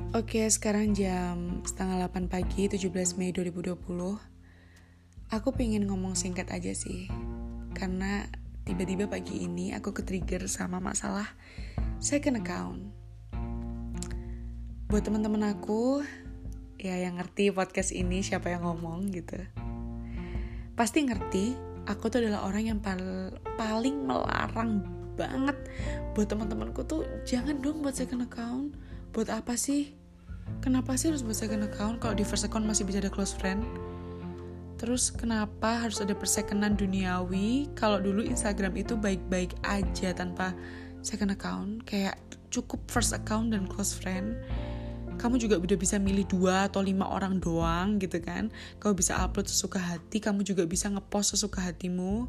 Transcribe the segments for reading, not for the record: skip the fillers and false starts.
Oke, sekarang jam setengah 8 pagi, 17 Mei 2020. Aku pengen ngomong singkat aja sih. Karena tiba-tiba pagi ini aku ketrigger sama masalah second account. Buat teman-teman aku, ya yang ngerti podcast ini siapa yang ngomong gitu. Pasti ngerti, aku tuh adalah orang yang paling melarang banget buat teman-temanku tuh jangan dong buat second account. Buat apa sih? Kenapa sih harus buat second account kalau di first account masih bisa ada close friend? Terus kenapa harus ada persekenan duniawi kalau dulu Instagram itu baik-baik aja tanpa second account? Kayak cukup first account dan close friend. Kamu juga udah bisa milih 2 atau 5 orang doang gitu kan. Kamu bisa upload sesuka hati, kamu juga bisa ngepost sesuka hatimu.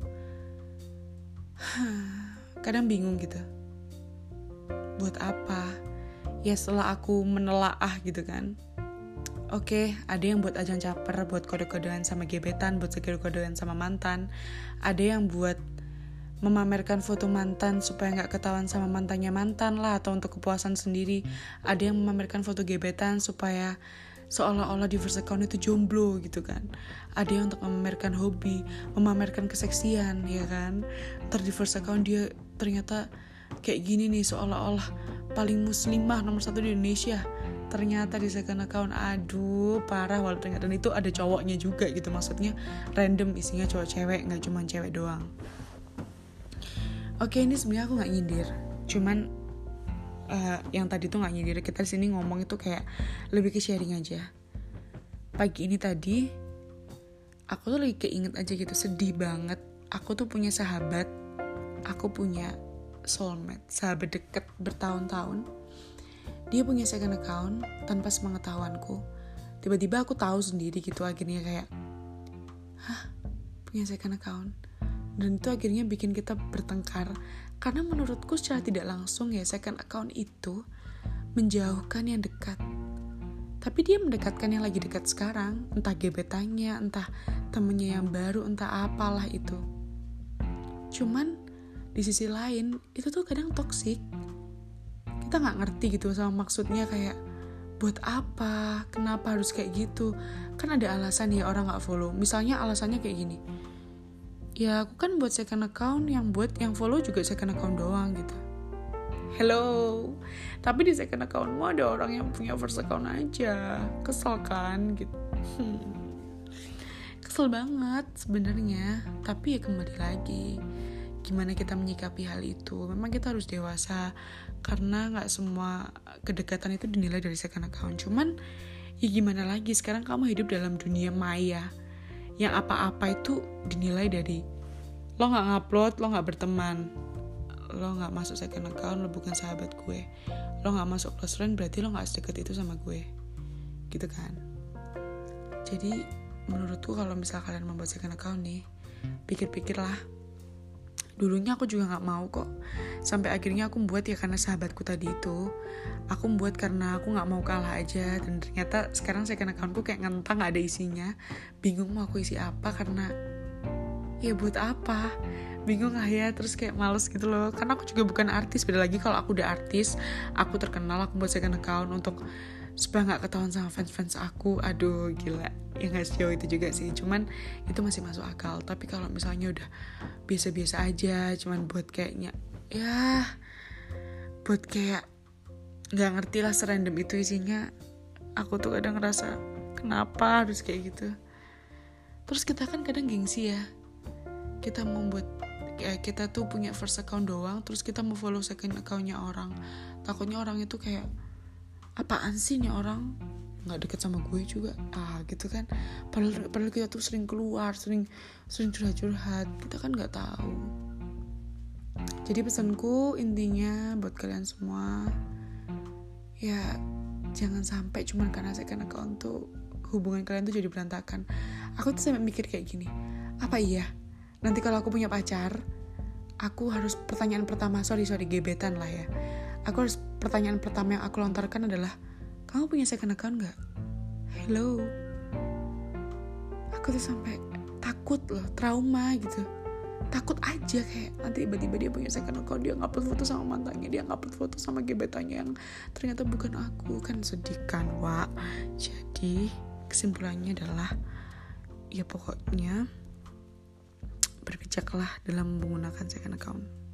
Kadang bingung gitu. Buat apa? Ya setelah aku menelaah gitu kan. Oke, ada yang buat ajang caper, buat kode-kodean sama gebetan, buat kode-kodean sama mantan. Ada yang buat memamerkan foto mantan supaya gak ketahuan sama mantannya mantan lah, atau untuk kepuasan sendiri. Ada yang memamerkan foto gebetan supaya seolah-olah di first account itu jomblo gitu kan. Ada yang untuk memamerkan hobi, memamerkan keseksian ya kan. Ntar di first account dia ternyata kayak gini nih, seolah-olah paling muslimah nomor 1 di Indonesia. Ternyata di second account, aduh parah. Walau ternyata dan itu ada cowoknya juga gitu, maksudnya random isinya cowok cewek, gak cuma cewek doang. Oke, ini sebenarnya aku gak nyindir, cuman yang tadi tuh gak nyindir. Kita di sini ngomong itu kayak lebih ke sharing aja. Pagi ini tadi aku tuh lagi keinget aja gitu, sedih banget. Aku tuh punya sahabat, aku punya soulmate, sahabat deket bertahun-tahun. Dia punya second account tanpa sepengetahuanku. Tiba-tiba aku tahu sendiri gitu, akhirnya kayak punya second account. Dan itu akhirnya bikin kita bertengkar. Karena menurutku secara tidak langsung ya, second account itu menjauhkan yang dekat. Tapi dia mendekatkan yang lagi dekat sekarang. Entah gebetannya, entah temennya yang baru, entah apalah itu. Cuman di sisi lain itu tuh kadang toksik. Kita gak ngerti gitu sama maksudnya, kayak buat apa, kenapa harus kayak gitu. Kan ada alasan ya orang gak follow. Misalnya alasannya kayak gini, ya aku kan buat second account, yang buat yang follow juga second account doang gitu. Hello, tapi di second accountmu ada orang yang punya first account aja. Kesel kan gitu. Kesel banget sebenarnya. Tapi ya kembali lagi, gimana kita menyikapi hal itu. Memang kita harus dewasa, karena gak semua kedekatan itu dinilai dari second account. Cuman ya gimana lagi, sekarang kamu hidup dalam dunia maya yang apa-apa itu dinilai dari lo gak ngupload, lo gak berteman, lo gak masuk second account, lo bukan sahabat gue. Lo gak masuk close friend, berarti lo gak sedekat itu sama gue gitu kan. Jadi menurutku kalau misal kalian membuat second account nih, pikir-pikirlah. Dulunya aku juga gak mau kok, sampai akhirnya aku buat ya karena sahabatku tadi itu. Aku buat karena aku gak mau kalah aja. Dan ternyata sekarang second accountku kayak ngentang, gak ada isinya. Bingung mau aku isi apa, karena ya buat apa, bingung lah ya. Terus kayak males gitu loh, karena aku juga bukan artis. Beda lagi kalau aku udah artis, aku terkenal, aku buat second account untuk supaya gak ketahuan sama fans-fans aku. Aduh gila, ya gak sejauh itu juga sih, cuman itu masih masuk akal. Tapi kalau misalnya udah biasa-biasa aja, cuman buat kayaknya ya buat kayak gak ngerti lah, serandom itu isinya, aku tuh kadang ngerasa kenapa harus kayak gitu. Terus kita kan kadang gengsi ya, kita mau buat kayak kita tuh punya first account doang, terus kita mau follow second accountnya orang. Takutnya orang itu kayak, apaan sih nih orang, nggak deket sama gue juga gitu kan. Padahal kita tuh sering keluar, sering curhat-curhat, kita kan nggak tahu. Jadi pesanku intinya buat kalian semua, ya jangan sampai cuma karena second account tuh hubungan kalian tuh jadi berantakan. Aku tuh sampai mikir kayak gini, apa iya nanti kalau aku punya pacar, aku harus pertanyaan pertama, sorry gebetan lah ya, aku harus pertanyaan pertama yang aku lontarkan adalah, kamu punya second account gak? Hello. Aku tuh sampai takut loh, trauma gitu. takut aja kayak nanti tiba-tiba dia punya second account, dia ngupload foto sama mantannya, dia ngupload foto sama gebetannya yang ternyata bukan aku, kan sedih kan, Wak. Jadi kesimpulannya adalah ya pokoknya berbijaklah dalam menggunakan second account.